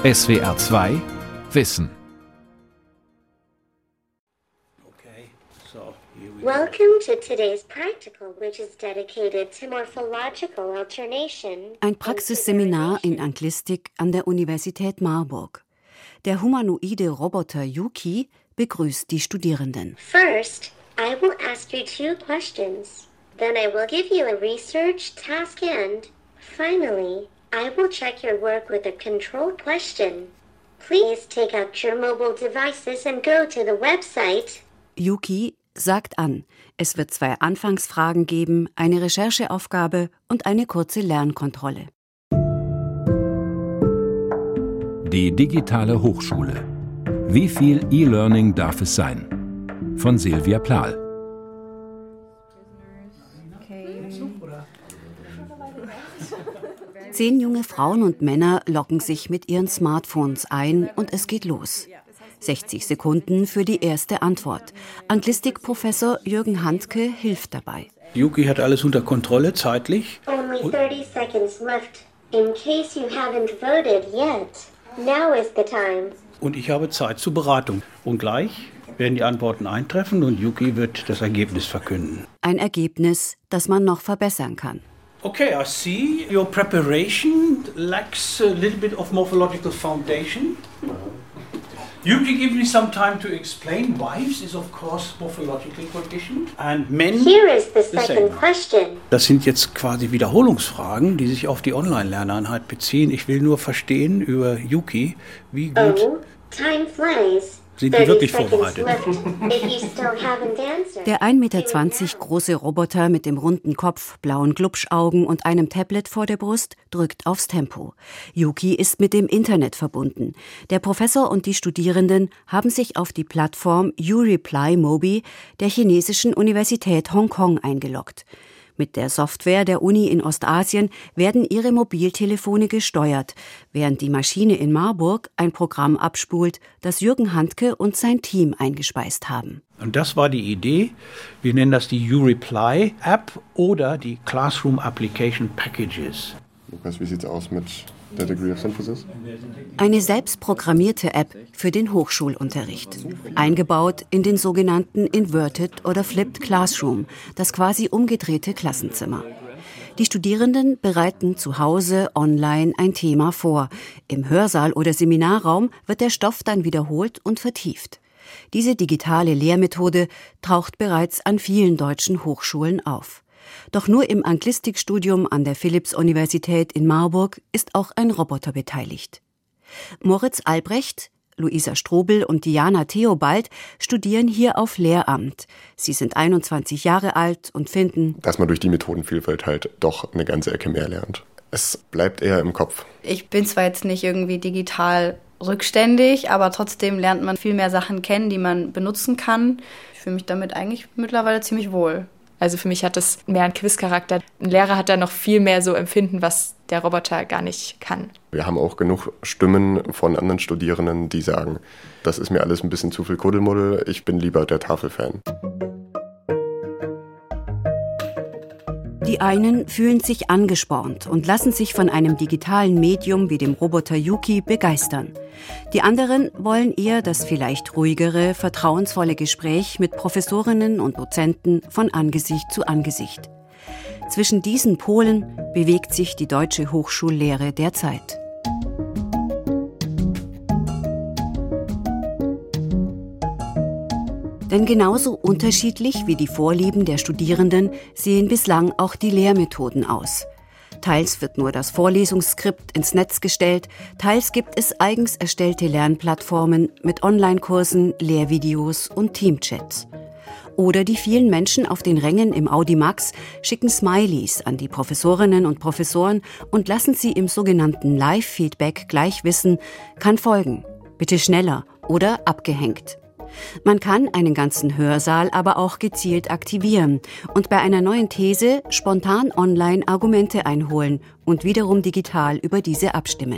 SWR 2 Wissen. Welcome to today's practical, which is dedicated to morphological alternation. Ein Praxisseminar in Anglistik an der Universität Marburg. Der humanoide Roboter Yuki begrüßt die Studierenden. First, I will ask you 2 questions. Then I will give you a research task and, finally, I will check your work with a control question. Please take out your mobile devices and go to the website. Yuki sagt an, es wird 2 Anfangsfragen geben, eine Rechercheaufgabe und eine kurze Lernkontrolle. Die digitale Hochschule. Wie viel E-Learning darf es sein? Von Silvia Plahl. Okay. 10 junge Frauen und Männer loggen sich mit ihren Smartphones ein und es geht los. 60 Sekunden für die erste Antwort. Anglistikprofessor Jürgen Handke hilft dabei. Yuki hat alles unter Kontrolle, zeitlich. Only 30 seconds left. In case you haven't voted yet, now is the time. Und ich habe Zeit zur Beratung. Und gleich werden die Antworten eintreffen und Yuki wird das Ergebnis verkünden. Ein Ergebnis, das man noch verbessern kann. Okay, I see your preparation lacks a little bit of morphological foundation. Yuki, give me some time to explain. Wives is of course morphologically conditioned and men. Here is the second question. Das sind jetzt quasi Wiederholungsfragen, die sich auf die Online-Lerneinheit beziehen. Ich will nur verstehen über Yuki, wie gut time flies. Sind die wirklich vorbereitet? Der 1,20 Meter große Roboter mit dem runden Kopf, blauen Glubschaugen und einem Tablet vor der Brust drückt aufs Tempo. Yuki ist mit dem Internet verbunden. Der Professor und die Studierenden haben sich auf die Plattform YouReply Mobi der chinesischen Universität Hongkong eingeloggt. Mit der Software der Uni in Ostasien werden ihre Mobiltelefone gesteuert, während die Maschine in Marburg ein Programm abspult, das Jürgen Handke und sein Team eingespeist haben. Und das war die Idee. Wir nennen das die YouReply App oder die Classroom Application Packages. Lukas, wie sieht's aus mit der Degree of Synthesis? Eine selbstprogrammierte App für den Hochschulunterricht. Eingebaut in den sogenannten Inverted oder Flipped Classroom, das quasi umgedrehte Klassenzimmer. Die Studierenden bereiten zu Hause online ein Thema vor. Im Hörsaal oder Seminarraum wird der Stoff dann wiederholt und vertieft. Diese digitale Lehrmethode taucht bereits an vielen deutschen Hochschulen auf. Doch nur im Anglistikstudium an der Philipps-Universität in Marburg ist auch ein Roboter beteiligt. Moritz Albrecht, Luisa Strobel und Diana Theobald studieren hier auf Lehramt. Sie sind 21 Jahre alt und finden, dass man durch die Methodenvielfalt halt doch eine ganze Ecke mehr lernt. Es bleibt eher im Kopf. Ich bin zwar jetzt nicht irgendwie digital rückständig, aber trotzdem lernt man viel mehr Sachen kennen, die man benutzen kann. Ich fühle mich damit eigentlich mittlerweile ziemlich wohl. Also für mich hat das mehr einen Quizcharakter. Ein Lehrer hat da noch viel mehr so Empfinden, was der Roboter gar nicht kann. Wir haben auch genug Stimmen von anderen Studierenden, die sagen, das ist mir alles ein bisschen zu viel Kuddelmuddel, ich bin lieber der Tafelfan. Die einen fühlen sich angespornt und lassen sich von einem digitalen Medium wie dem Roboter Yuki begeistern. Die anderen wollen eher das vielleicht ruhigere, vertrauensvolle Gespräch mit Professorinnen und Dozenten von Angesicht zu Angesicht. Zwischen diesen Polen bewegt sich die deutsche Hochschullehre derzeit. Denn genauso unterschiedlich wie die Vorlieben der Studierenden sehen bislang auch die Lehrmethoden aus. Teils wird nur das Vorlesungsskript ins Netz gestellt, teils gibt es eigens erstellte Lernplattformen mit Online-Kursen, Lehrvideos und Teamchats. Oder die vielen Menschen auf den Rängen im Audimax schicken Smileys an die Professorinnen und Professoren und lassen sie im sogenannten Live-Feedback gleich wissen, kann folgen, bitte schneller oder abgehängt. Man kann einen ganzen Hörsaal aber auch gezielt aktivieren und bei einer neuen These spontan online Argumente einholen und wiederum digital über diese abstimmen.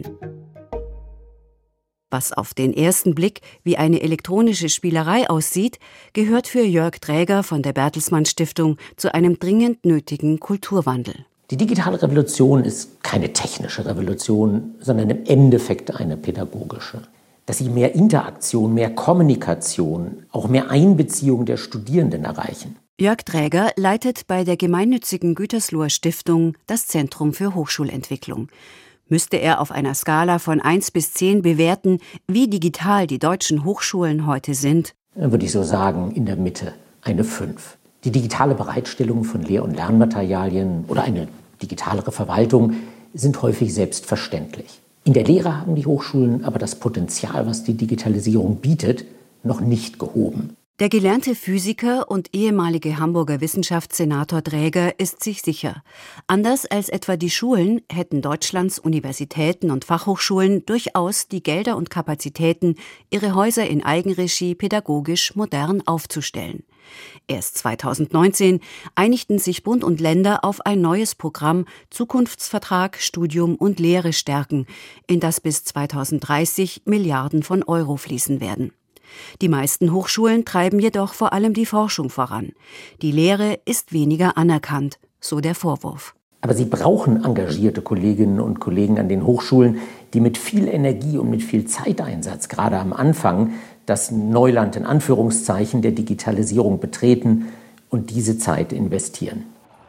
Was auf den ersten Blick wie eine elektronische Spielerei aussieht, gehört für Jörg Dräger von der Bertelsmann Stiftung zu einem dringend nötigen Kulturwandel. Die digitale Revolution ist keine technische Revolution, sondern im Endeffekt eine pädagogische. Dass sie mehr Interaktion, mehr Kommunikation, auch mehr Einbeziehung der Studierenden erreichen. Jörg Dräger leitet bei der gemeinnützigen Gütersloher Stiftung das Zentrum für Hochschulentwicklung. Müsste er auf einer Skala von 1 bis 10 bewerten, wie digital die deutschen Hochschulen heute sind, Dann würde ich so sagen, in der Mitte eine 5. Die digitale Bereitstellung von Lehr- und Lernmaterialien oder eine digitalere Verwaltung sind häufig selbstverständlich. In der Lehre haben die Hochschulen aber das Potenzial, was die Digitalisierung bietet, noch nicht gehoben. Der gelernte Physiker und ehemalige Hamburger Wissenschaftssenator Dräger ist sich sicher. Anders als etwa die Schulen hätten Deutschlands Universitäten und Fachhochschulen durchaus die Gelder und Kapazitäten, ihre Häuser in Eigenregie pädagogisch modern aufzustellen. Erst 2019 einigten sich Bund und Länder auf ein neues Programm Zukunftsvertrag Studium und Lehre stärken, in das bis 2030 Milliarden von Euro fließen werden. Die meisten Hochschulen treiben jedoch vor allem die Forschung voran. Die Lehre ist weniger anerkannt, so der Vorwurf. Aber sie brauchen engagierte Kolleginnen und Kollegen an den Hochschulen, die mit viel Energie und mit viel Zeiteinsatz, gerade am Anfang, das Neuland in Anführungszeichen der Digitalisierung betreten und diese Zeit investieren.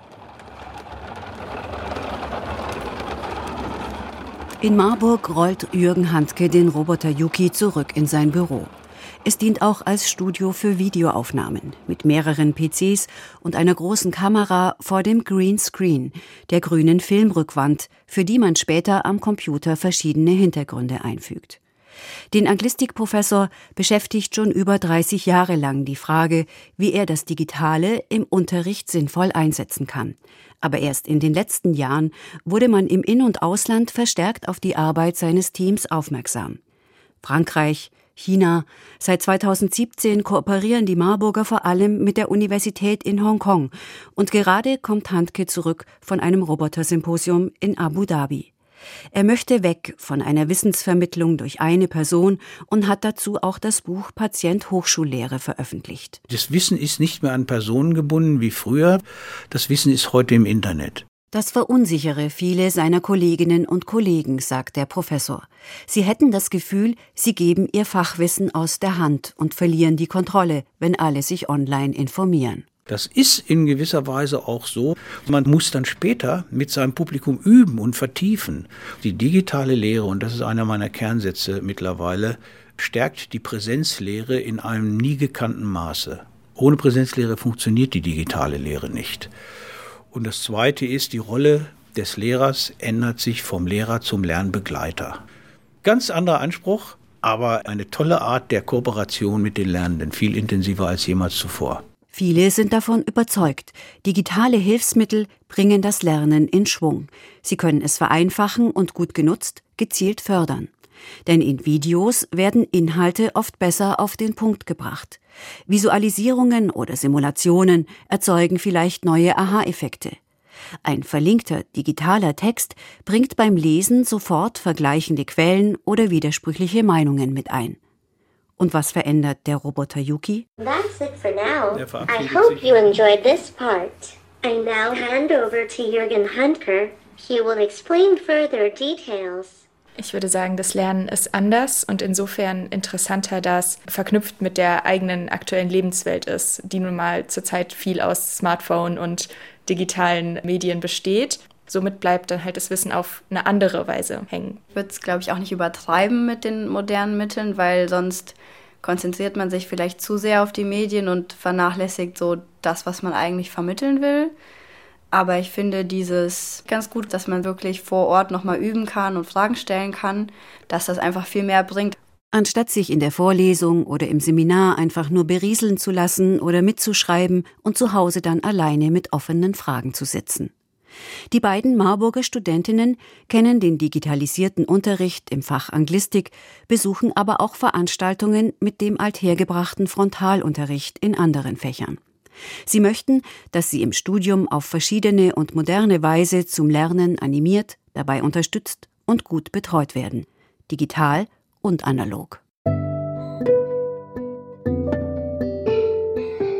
In Marburg rollt Jürgen Handke den Roboter Yuki zurück in sein Büro. Es dient auch als Studio für Videoaufnahmen mit mehreren PCs und einer großen Kamera vor dem Green Screen, der grünen Filmrückwand, für die man später am Computer verschiedene Hintergründe einfügt. Den Anglistikprofessor beschäftigt schon über 30 Jahre lang die Frage, wie er das Digitale im Unterricht sinnvoll einsetzen kann. Aber erst in den letzten Jahren wurde man im In- und Ausland verstärkt auf die Arbeit seines Teams aufmerksam. Frankreich, China. Seit 2017 kooperieren die Marburger vor allem mit der Universität in Hongkong. Und gerade kommt Handke zurück von einem Robotersymposium in Abu Dhabi. Er möchte weg von einer Wissensvermittlung durch eine Person und hat dazu auch das Buch Patient Hochschullehre veröffentlicht. Das Wissen ist nicht mehr an Personen gebunden wie früher. Das Wissen ist heute im Internet. Das verunsichere viele seiner Kolleginnen und Kollegen, sagt der Professor. Sie hätten das Gefühl, sie geben ihr Fachwissen aus der Hand und verlieren die Kontrolle, wenn alle sich online informieren. Das ist in gewisser Weise auch so. Man muss dann später mit seinem Publikum üben und vertiefen. Die digitale Lehre, und das ist einer meiner Kernsätze mittlerweile, stärkt die Präsenzlehre in einem nie gekannten Maße. Ohne Präsenzlehre funktioniert die digitale Lehre nicht. Und das Zweite ist, die Rolle des Lehrers ändert sich vom Lehrer zum Lernbegleiter. Ganz anderer Anspruch, aber eine tolle Art der Kooperation mit den Lernenden, viel intensiver als jemals zuvor. Viele sind davon überzeugt, digitale Hilfsmittel bringen das Lernen in Schwung. Sie können es vereinfachen und gut genutzt, gezielt fördern. Denn in Videos werden Inhalte oft besser auf den Punkt gebracht. Visualisierungen oder Simulationen erzeugen vielleicht neue Aha-Effekte. Ein verlinkter digitaler Text bringt beim Lesen sofort vergleichende Quellen oder widersprüchliche Meinungen mit ein. Und was verändert der Roboter Yuki? That's it for now. I hope you enjoyed this part. I now hand over to Jürgen Handke. He will explain further details. Ich würde sagen, das Lernen ist anders und insofern interessanter, da es verknüpft mit der eigenen aktuellen Lebenswelt ist, die nun mal zurzeit viel aus Smartphone und digitalen Medien besteht. Somit bleibt dann halt das Wissen auf eine andere Weise hängen. Ich würde es, glaube ich, auch nicht übertreiben mit den modernen Mitteln, weil sonst konzentriert man sich vielleicht zu sehr auf die Medien und vernachlässigt so das, was man eigentlich vermitteln will. Aber ich finde dieses ganz gut, dass man wirklich vor Ort nochmal üben kann und Fragen stellen kann, dass das einfach viel mehr bringt. Anstatt sich in der Vorlesung oder im Seminar einfach nur berieseln zu lassen oder mitzuschreiben und zu Hause dann alleine mit offenen Fragen zu sitzen. Die beiden Marburger Studentinnen kennen den digitalisierten Unterricht im Fach Anglistik, besuchen aber auch Veranstaltungen mit dem althergebrachten Frontalunterricht in anderen Fächern. Sie möchten, dass sie im Studium auf verschiedene und moderne Weise zum Lernen animiert, dabei unterstützt und gut betreut werden. Digital und analog.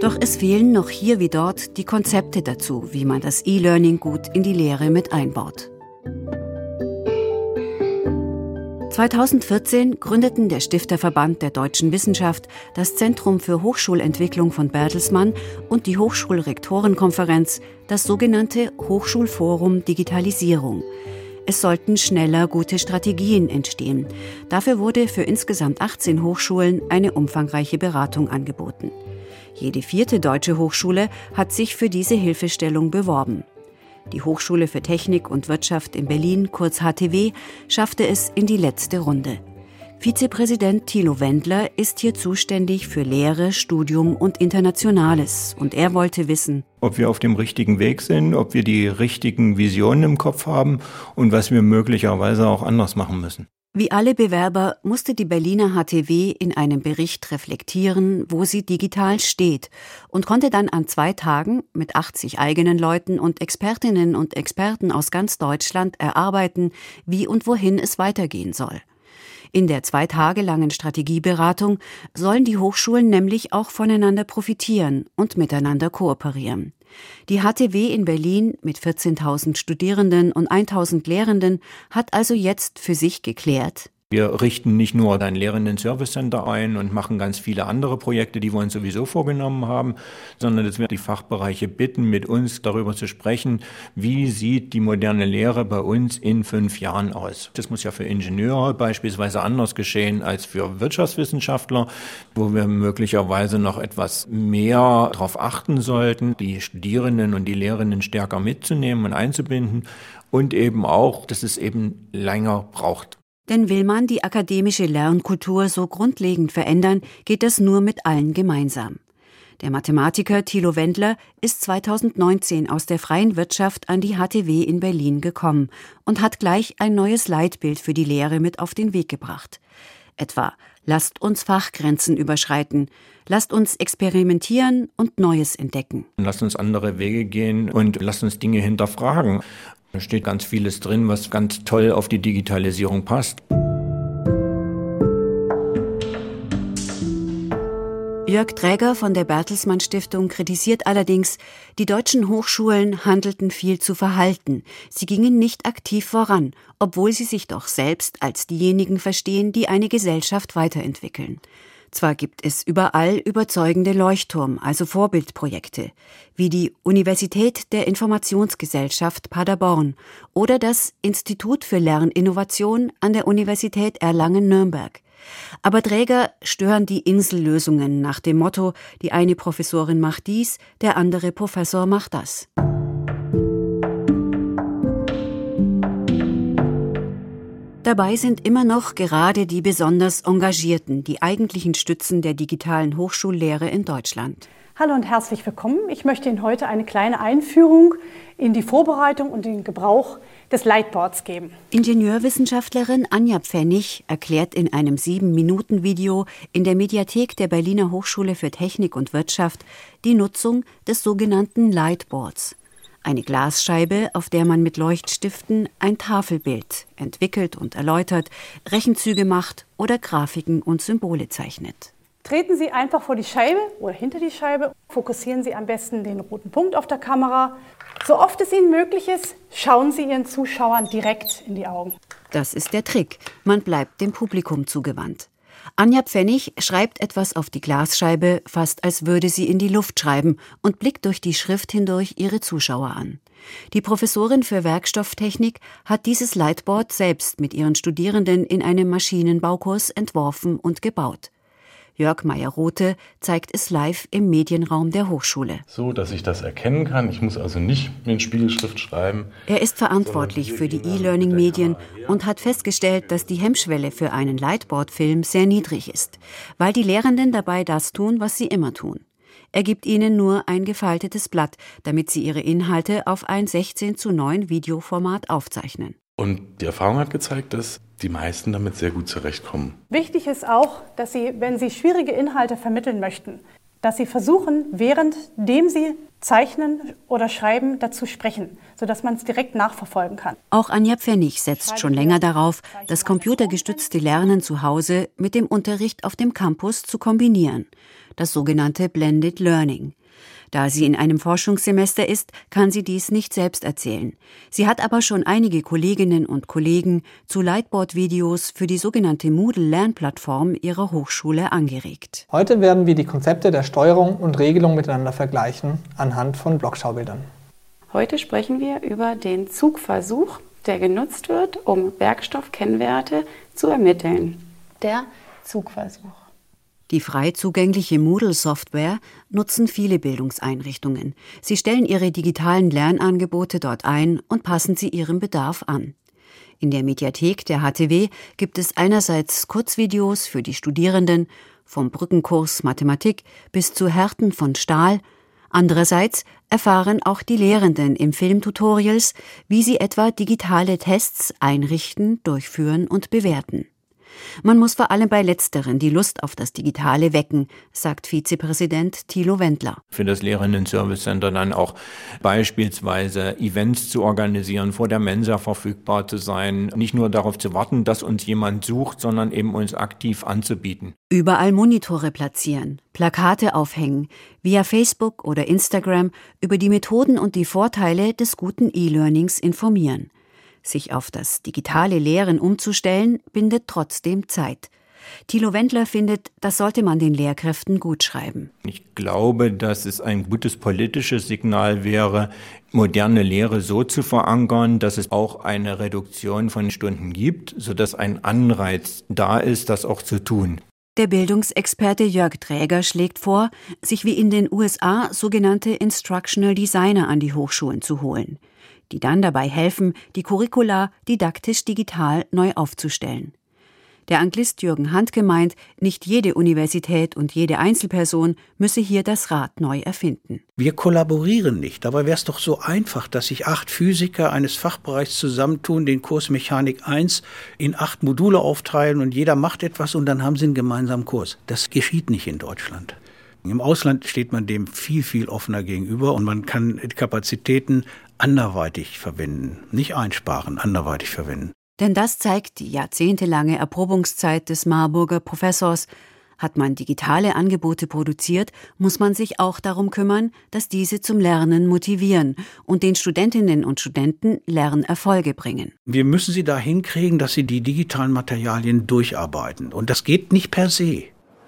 Doch es fehlen noch hier wie dort die Konzepte dazu, wie man das E-Learning gut in die Lehre mit einbaut. 2014 gründeten der Stifterverband der deutschen Wissenschaft, das Zentrum für Hochschulentwicklung von Bertelsmann und die Hochschulrektorenkonferenz das sogenannte Hochschulforum Digitalisierung. Es sollten schneller gute Strategien entstehen. Dafür wurde für insgesamt 18 Hochschulen eine umfangreiche Beratung angeboten. Jede 4. deutsche Hochschule hat sich für diese Hilfestellung beworben. Die Hochschule für Technik und Wirtschaft in Berlin, kurz HTW, schaffte es in die letzte Runde. Vizepräsident Thilo Wendler ist hier zuständig für Lehre, Studium und Internationales. Und er wollte wissen, ob wir auf dem richtigen Weg sind, ob wir die richtigen Visionen im Kopf haben und was wir möglicherweise auch anders machen müssen. Wie alle Bewerber musste die Berliner HTW in einem Bericht reflektieren, wo sie digital steht und konnte dann an 2 Tagen mit 80 eigenen Leuten und Expertinnen und Experten aus ganz Deutschland erarbeiten, wie und wohin es weitergehen soll. In der 2 Tage langen Strategieberatung sollen die Hochschulen nämlich auch voneinander profitieren und miteinander kooperieren. Die HTW in Berlin mit 14.000 Studierenden und 1.000 Lehrenden hat also jetzt für sich geklärt: Wir richten nicht nur ein Lehrenden-Service-Center ein und machen ganz viele andere Projekte, die wir uns sowieso vorgenommen haben, sondern dass wir die Fachbereiche bitten, mit uns darüber zu sprechen, wie sieht die moderne Lehre bei uns in 5 Jahren aus. Das muss ja für Ingenieure beispielsweise anders geschehen als für Wirtschaftswissenschaftler, wo wir möglicherweise noch etwas mehr darauf achten sollten, die Studierenden und die Lehrenden stärker mitzunehmen und einzubinden und eben auch, dass es eben länger braucht. Denn will man die akademische Lernkultur so grundlegend verändern, geht das nur mit allen gemeinsam. Der Mathematiker Thilo Wendler ist 2019 aus der freien Wirtschaft an die HTW in Berlin gekommen und hat gleich ein neues Leitbild für die Lehre mit auf den Weg gebracht. Etwa: Lasst uns Fachgrenzen überschreiten, lasst uns experimentieren und Neues entdecken. Lasst uns andere Wege gehen und lasst uns Dinge hinterfragen. Da steht ganz vieles drin, was ganz toll auf die Digitalisierung passt. Jörg Träger von der Bertelsmann Stiftung kritisiert allerdings, die deutschen Hochschulen handelten viel zu verhalten. Sie gingen nicht aktiv voran, obwohl sie sich doch selbst als diejenigen verstehen, die eine Gesellschaft weiterentwickeln. Zwar gibt es überall überzeugende Leuchtturm, also Vorbildprojekte, wie die Universität der Informationsgesellschaft Paderborn oder das Institut für Lerninnovation an der Universität Erlangen-Nürnberg. Aber Träger stören die Insellösungen nach dem Motto: die eine Professorin macht dies, der andere Professor macht das. Dabei sind immer noch gerade die besonders Engagierten die eigentlichen Stützen der digitalen Hochschullehre in Deutschland. Hallo und herzlich willkommen. Ich möchte Ihnen heute eine kleine Einführung in die Vorbereitung und den Gebrauch des Lightboards geben. Ingenieurwissenschaftlerin Anja Pfennig erklärt in einem 7-Minuten-Video in der Mediathek der Berliner Hochschule für Technik und Wirtschaft die Nutzung des sogenannten Lightboards. Eine Glasscheibe, auf der man mit Leuchtstiften ein Tafelbild entwickelt und erläutert, Rechenzüge macht oder Grafiken und Symbole zeichnet. Treten Sie einfach vor die Scheibe oder hinter die Scheibe. Fokussieren Sie am besten den roten Punkt auf der Kamera. So oft es Ihnen möglich ist, schauen Sie Ihren Zuschauern direkt in die Augen. Das ist der Trick. Man bleibt dem Publikum zugewandt. Anja Pfennig schreibt etwas auf die Glasscheibe, fast als würde sie in die Luft schreiben, und blickt durch die Schrift hindurch ihre Zuschauer an. Die Professorin für Werkstofftechnik hat dieses Lightboard selbst mit ihren Studierenden in einem Maschinenbaukurs entworfen und gebaut. Jörg Meyer-Rothe zeigt es live im Medienraum der Hochschule. So, dass ich das erkennen kann. Ich muss also nicht in Spiegelschrift schreiben. Er ist verantwortlich für die E-Learning-Medien und hat festgestellt, dass die Hemmschwelle für einen Lightboard-Film sehr niedrig ist, weil die Lehrenden dabei das tun, was sie immer tun. Er gibt ihnen nur ein gefaltetes Blatt, damit sie ihre Inhalte auf ein 16:9 Videoformat aufzeichnen. Und die Erfahrung hat gezeigt, dass die meisten damit sehr gut zurechtkommen. Wichtig ist auch, dass Sie, wenn Sie schwierige Inhalte vermitteln möchten, dass Sie versuchen, währenddem Sie zeichnen oder schreiben, dazu sprechen, sodass man es direkt nachverfolgen kann. Auch Anja Pfennig setzt schon länger darauf, das computergestützte Lernen zu Hause mit dem Unterricht auf dem Campus zu kombinieren. Das sogenannte Blended Learning. Da sie in einem Forschungssemester ist, kann sie dies nicht selbst erzählen. Sie hat aber schon einige Kolleginnen und Kollegen zu Lightboard-Videos für die sogenannte Moodle-Lernplattform ihrer Hochschule angeregt. Heute werden wir die Konzepte der Steuerung und Regelung miteinander vergleichen anhand von Blockschaubildern. Heute sprechen wir über den Zugversuch, der genutzt wird, um Werkstoffkennwerte zu ermitteln. Der Zugversuch. Die frei zugängliche Moodle-Software nutzen viele Bildungseinrichtungen. Sie stellen ihre digitalen Lernangebote dort ein und passen sie ihrem Bedarf an. In der Mediathek der HTW gibt es einerseits Kurzvideos für die Studierenden, vom Brückenkurs Mathematik bis zu Härten von Stahl. Andererseits erfahren auch die Lehrenden im Filmtutorials, wie sie etwa digitale Tests einrichten, durchführen und bewerten. Man muss vor allem bei Letzteren die Lust auf das Digitale wecken, sagt Vizepräsident Thilo Wendler. Für das Lehrerinnen-Service Center dann auch beispielsweise Events zu organisieren, vor der Mensa verfügbar zu sein, nicht nur darauf zu warten, dass uns jemand sucht, sondern eben uns aktiv anzubieten. Überall Monitore platzieren, Plakate aufhängen, via Facebook oder Instagram über die Methoden und die Vorteile des guten E-Learnings informieren. Sich auf das digitale Lehren umzustellen, bindet trotzdem Zeit. Thilo Wendler findet, das sollte man den Lehrkräften gutschreiben. Ich glaube, dass es ein gutes politisches Signal wäre, moderne Lehre so zu verankern, dass es auch eine Reduktion von Stunden gibt, sodass ein Anreiz da ist, das auch zu tun. Der Bildungsexperte Jörg Dräger schlägt vor, sich wie in den USA sogenannte Instructional Designer an die Hochschulen zu holen, die dann dabei helfen, die Curricula didaktisch digital neu aufzustellen. Der Anglist Jürgen Handke meint, nicht jede Universität und jede Einzelperson müsse hier das Rad neu erfinden. Wir kollaborieren nicht. Dabei wäre es doch so einfach, dass sich 8 Physiker eines Fachbereichs zusammentun, den Kurs Mechanik 1 in 8 Module aufteilen und jeder macht etwas und dann haben sie einen gemeinsamen Kurs. Das geschieht nicht in Deutschland. Im Ausland steht man dem viel, viel offener gegenüber und man kann Kapazitäten anderweitig verwenden. Nicht einsparen, anderweitig verwenden. Denn das zeigt die jahrzehntelange Erprobungszeit des Marburger Professors. Hat man digitale Angebote produziert, muss man sich auch darum kümmern, dass diese zum Lernen motivieren und den Studentinnen und Studenten Lernerfolge bringen. Wir müssen sie dahin kriegen, dass sie die digitalen Materialien durcharbeiten. Und das geht nicht per se.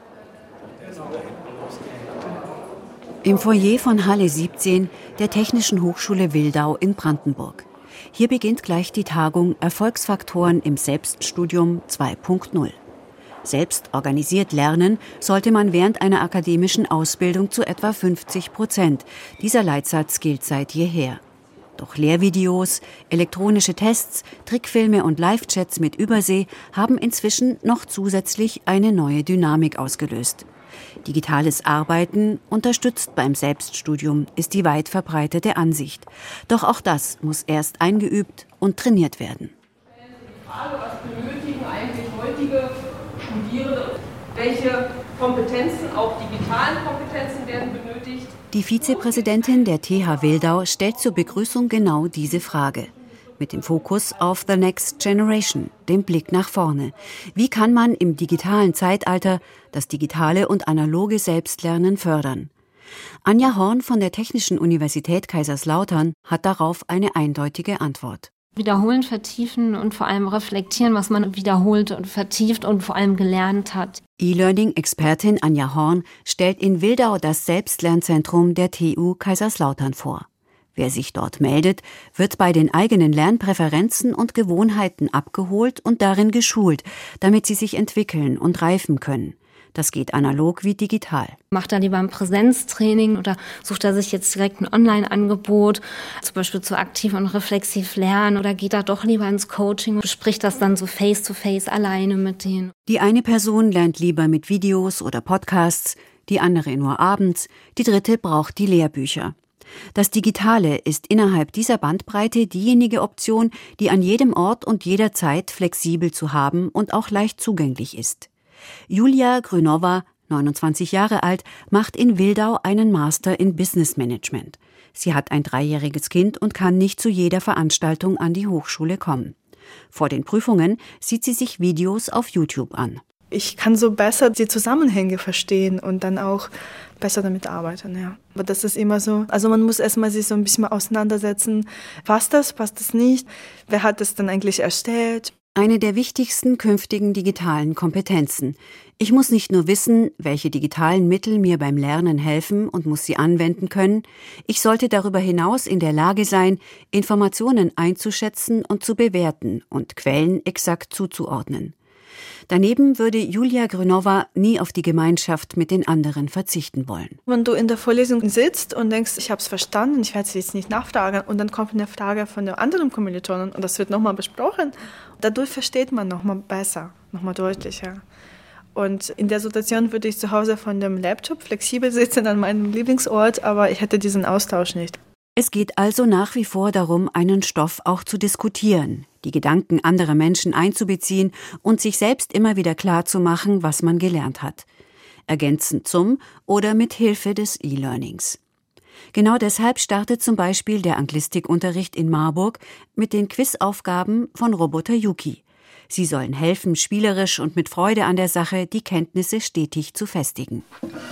Im Foyer von Halle 17 der Technischen Hochschule Wildau in Brandenburg. Hier beginnt gleich die Tagung Erfolgsfaktoren im Selbststudium 2.0. Selbst organisiert lernen sollte man während einer akademischen Ausbildung zu etwa 50%. Dieser Leitsatz gilt seit jeher. Doch Lehrvideos, elektronische Tests, Trickfilme und Live-Chats mit Übersee haben inzwischen noch zusätzlich eine neue Dynamik ausgelöst. Digitales Arbeiten unterstützt beim Selbststudium, ist die weit verbreitete Ansicht. Doch auch das muss erst eingeübt und trainiert werden. Die Frage, was benötigen eigentlich heutige Studierende? Welche Kompetenzen, auch digitalen Kompetenzen, werden benötigt? Die Vizepräsidentin der TH Wildau stellt zur Begrüßung genau diese Frage. Mit dem Fokus auf The Next Generation, dem Blick nach vorne. Wie kann man im digitalen Zeitalter das digitale und analoge Selbstlernen fördern? Anja Horn von der Technischen Universität Kaiserslautern hat darauf eine eindeutige Antwort. Wiederholen, vertiefen und vor allem reflektieren, was man wiederholt und vertieft und vor allem gelernt hat. E-Learning-Expertin Anja Horn stellt in Wildau das Selbstlernzentrum der TU Kaiserslautern vor. Wer sich dort meldet, wird bei den eigenen Lernpräferenzen und Gewohnheiten abgeholt und darin geschult, damit sie sich entwickeln und reifen können. Das geht analog wie digital. Macht er lieber ein Präsenztraining oder sucht er sich jetzt direkt ein Online-Angebot, zum Beispiel zu aktiv und reflexiv lernen, oder geht er doch lieber ins Coaching und bespricht das dann so face-to-face alleine mit denen? Die eine Person lernt lieber mit Videos oder Podcasts, die andere nur abends, die dritte braucht die Lehrbücher. Das Digitale ist innerhalb dieser Bandbreite diejenige Option, die an jedem Ort und jederzeit flexibel zu haben und auch leicht zugänglich ist. Julia Grünova, 29 Jahre alt, macht in Wildau einen Master in Business Management. Sie hat ein 3-jähriges Kind und kann nicht zu jeder Veranstaltung an die Hochschule kommen. Vor den Prüfungen sieht sie sich Videos auf YouTube an. Ich kann so besser die Zusammenhänge verstehen und dann auch besser damit arbeiten, ja. Aber das ist immer so, also man muss erstmal sich so ein bisschen mal auseinandersetzen, passt das nicht, wer hat das dann eigentlich erstellt? Eine der wichtigsten künftigen digitalen Kompetenzen. Ich muss nicht nur wissen, welche digitalen Mittel mir beim Lernen helfen und muss sie anwenden können, ich sollte darüber hinaus in der Lage sein, Informationen einzuschätzen und zu bewerten und Quellen exakt zuzuordnen. Daneben würde Julia Grünova nie auf die Gemeinschaft mit den anderen verzichten wollen. Wenn du in der Vorlesung sitzt und denkst, ich habe es verstanden, ich werde es jetzt nicht nachfragen, und dann kommt eine Frage von einem anderen Kommilitonen und das wird nochmal besprochen, dadurch versteht man nochmal besser, nochmal deutlicher. Und in der Situation würde ich zu Hause von dem Laptop flexibel sitzen an meinem Lieblingsort, aber ich hätte diesen Austausch nicht. Es geht also nach wie vor darum, einen Stoff auch zu diskutieren, die Gedanken anderer Menschen einzubeziehen und sich selbst immer wieder klarzumachen, was man gelernt hat. Ergänzend zum oder mit Hilfe des E-Learnings. Genau deshalb startet zum Beispiel der Anglistikunterricht in Marburg mit den Quizaufgaben von Roboter Yuki. Sie sollen helfen, spielerisch und mit Freude an der Sache die Kenntnisse stetig zu festigen.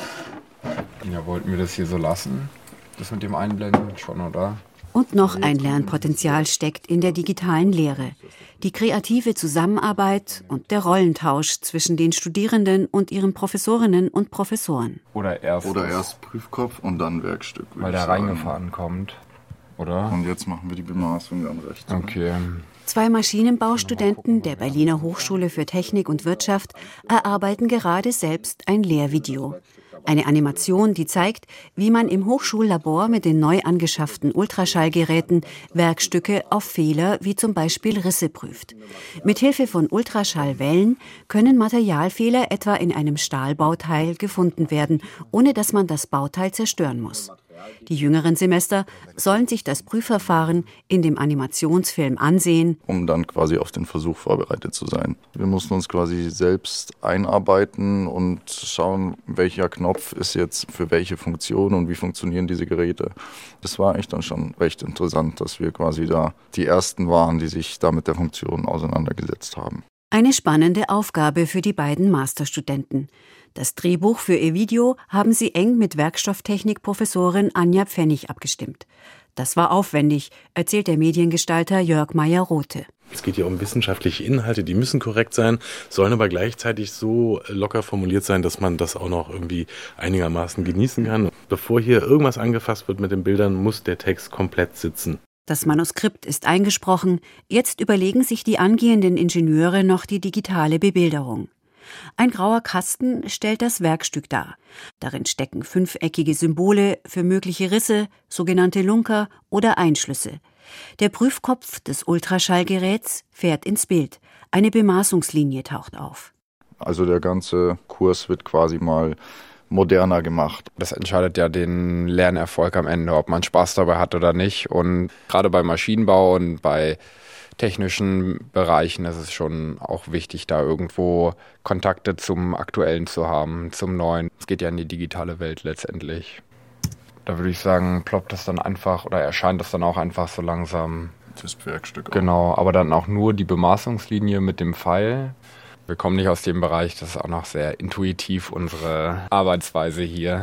Ja, wollten wir das hier so lassen? Das mit dem Einblenden schon, oder? Und noch ein Lernpotenzial steckt in der digitalen Lehre. Die kreative Zusammenarbeit und der Rollentausch zwischen den Studierenden und ihren Professorinnen und Professoren. Oder erst Prüfkopf und dann Werkstück. Weil der reingefahren kommt, oder? Und jetzt machen wir die Bemaßung dann rechts. Okay. 2 Maschinenbaustudenten der Berliner Hochschule für Technik und Wirtschaft erarbeiten gerade selbst ein Lehrvideo. Eine Animation, die zeigt, wie man im Hochschullabor mit den neu angeschafften Ultraschallgeräten Werkstücke auf Fehler wie zum Beispiel Risse prüft. Mithilfe von Ultraschallwellen können Materialfehler etwa in einem Stahlbauteil gefunden werden, ohne dass man das Bauteil zerstören muss. Die jüngeren Semester sollen sich das Prüfverfahren in dem Animationsfilm ansehen, um dann quasi auf den Versuch vorbereitet zu sein. Wir mussten uns quasi selbst einarbeiten und schauen, welcher Knopf ist jetzt für welche Funktion und wie funktionieren diese Geräte. Das war eigentlich dann schon recht interessant, dass wir quasi da die Ersten waren, die sich da mit der Funktion auseinandergesetzt haben. Eine spannende Aufgabe für die beiden Masterstudenten. Das Drehbuch für ihr Video haben sie eng mit Werkstofftechnik-Professorin Anja Pfennig abgestimmt. Das war aufwendig, erzählt der Mediengestalter Jörg Meyer-Rothe. Es geht hier um wissenschaftliche Inhalte, die müssen korrekt sein, sollen aber gleichzeitig so locker formuliert sein, dass man das auch noch irgendwie einigermaßen genießen kann. Bevor hier irgendwas angefasst wird mit den Bildern, muss der Text komplett sitzen. Das Manuskript ist eingesprochen, jetzt überlegen sich die angehenden Ingenieure noch die digitale Bebilderung. Ein grauer Kasten stellt das Werkstück dar. Darin stecken 5-eckige Symbole für mögliche Risse, sogenannte Lunker oder Einschlüsse. Der Prüfkopf des Ultraschallgeräts fährt ins Bild. Eine Bemaßungslinie taucht auf. Also der ganze Kurs wird quasi mal moderner gemacht. Das entscheidet ja den Lernerfolg am Ende, ob man Spaß dabei hat oder nicht. Und gerade bei Maschinenbau und bei technischen Bereichen ist es schon auch wichtig, da irgendwo Kontakte zum Aktuellen zu haben, zum Neuen. Es geht ja in die digitale Welt letztendlich. Da würde ich sagen, ploppt das dann einfach oder erscheint das dann auch einfach so langsam. Das Werkstück auch. Genau, aber dann auch nur die Bemaßungslinie mit dem Pfeil. Wir kommen nicht aus dem Bereich, das ist auch noch sehr intuitiv unsere Arbeitsweise hier.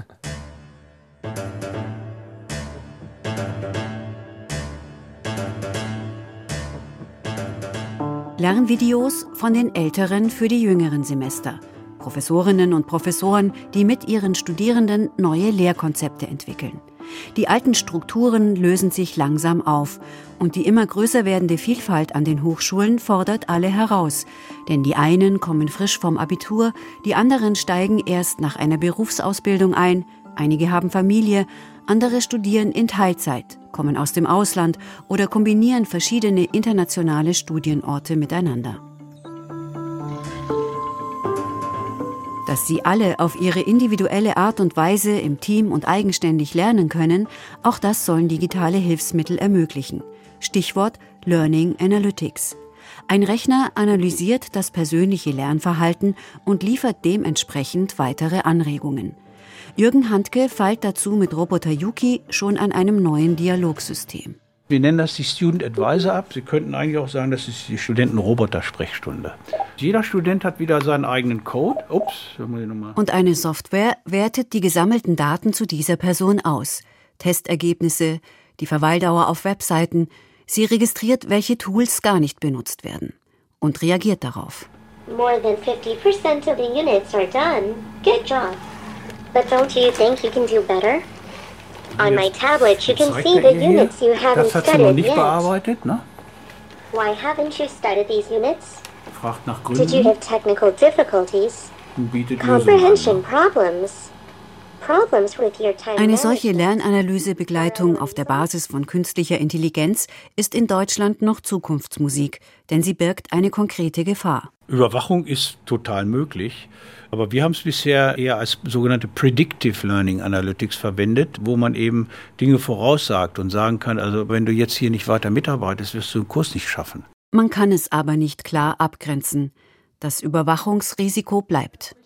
Lernvideos von den Älteren für die jüngeren Semester. Professorinnen und Professoren, die mit ihren Studierenden neue Lehrkonzepte entwickeln. Die alten Strukturen lösen sich langsam auf und die immer größer werdende Vielfalt an den Hochschulen fordert alle heraus. Denn die einen kommen frisch vom Abitur, die anderen steigen erst nach einer Berufsausbildung ein, einige haben Familie, andere studieren in Teilzeit, kommen aus dem Ausland oder kombinieren verschiedene internationale Studienorte miteinander. Dass sie alle auf ihre individuelle Art und Weise im Team und eigenständig lernen können, auch das sollen digitale Hilfsmittel ermöglichen. Stichwort Learning Analytics. Ein Rechner analysiert das persönliche Lernverhalten und liefert dementsprechend weitere Anregungen. Jürgen Handke feilt dazu mit Roboter Yuki schon an einem neuen Dialogsystem. Wir nennen das die Student Advisor App. Sie könnten eigentlich auch sagen, das ist die Studenten-Roboter-Sprechstunde. Jeder Student hat wieder seinen eigenen Code. Und eine Software wertet die gesammelten Daten zu dieser Person aus. Testergebnisse, die Verweildauer auf Webseiten. Sie registriert, welche Tools gar nicht benutzt werden und reagiert darauf. More than 50% of the units are done. Good job. But don't you think you can do better? On my tablet you can see the units you haven't das hat sie noch studied nicht yet. bearbeitet, ne? Why haven't you studied these units? Fragt nach Did you Gründen. have technical difficulties? Und bietet Comprehension Lösungen an. problems? Problems with your time Eine management? solche Lernanalysebegleitung auf der Basis von künstlicher Intelligenz ist in Deutschland noch Zukunftsmusik, denn sie birgt eine konkrete Gefahr. Überwachung ist total möglich, aber wir haben es bisher eher als sogenannte Predictive Learning Analytics verwendet, wo man eben Dinge voraussagt und sagen kann, also wenn du jetzt hier nicht weiter mitarbeitest, wirst du den Kurs nicht schaffen. Man kann es aber nicht klar abgrenzen. Das Überwachungsrisiko bleibt.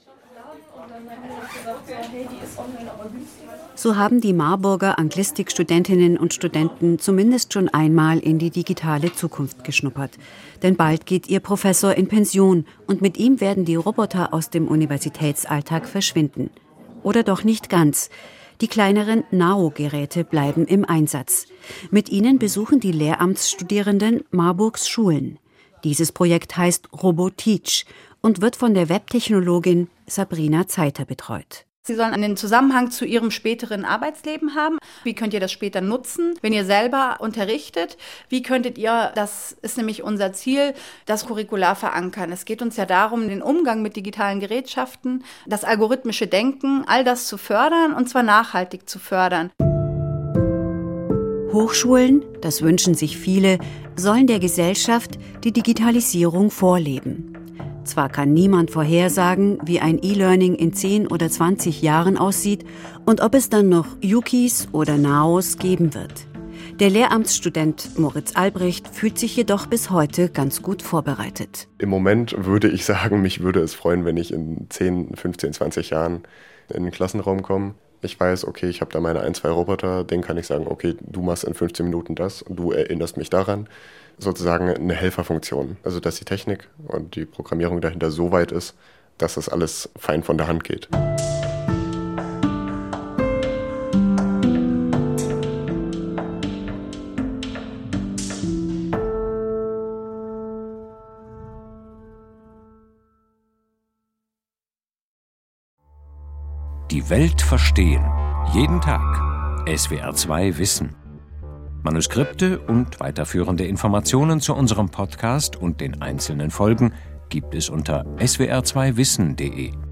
So haben die Marburger Anglistik-Studentinnen und Studenten zumindest schon einmal in die digitale Zukunft geschnuppert. Denn bald geht ihr Professor in Pension und mit ihm werden die Roboter aus dem Universitätsalltag verschwinden. Oder doch nicht ganz. Die kleineren Nao-Geräte bleiben im Einsatz. Mit ihnen besuchen die Lehramtsstudierenden Marburgs Schulen. Dieses Projekt heißt RoboTeach und wird von der Webtechnologin Sabrina Zeiter betreut. Sie sollen einen Zusammenhang zu Ihrem späteren Arbeitsleben haben. Wie könnt ihr das später nutzen, wenn ihr selber unterrichtet? Wie könntet ihr, das ist nämlich unser Ziel, das curricular verankern? Es geht uns ja darum, den Umgang mit digitalen Gerätschaften, das algorithmische Denken, all das zu fördern und zwar nachhaltig zu fördern. Hochschulen, das wünschen sich viele, sollen der Gesellschaft die Digitalisierung vorleben. Zwar kann niemand vorhersagen, wie ein E-Learning in 10 oder 20 Jahren aussieht und ob es dann noch Yukis oder Naos geben wird. Der Lehramtsstudent Moritz Albrecht fühlt sich jedoch bis heute ganz gut vorbereitet. Im Moment würde ich sagen, mich würde es freuen, wenn ich in 10, 15, 20 Jahren in den Klassenraum komme. Ich weiß, okay, ich habe da meine 1, 2 Roboter, denen kann ich sagen, okay, du machst in 15 Minuten das und du erinnerst mich daran. Sozusagen eine Helferfunktion. Also dass die Technik und die Programmierung dahinter so weit ist, dass das alles fein von der Hand geht. Die Welt verstehen. Jeden Tag. SWR2 Wissen. Manuskripte und weiterführende Informationen zu unserem Podcast und den einzelnen Folgen gibt es unter swr2wissen.de.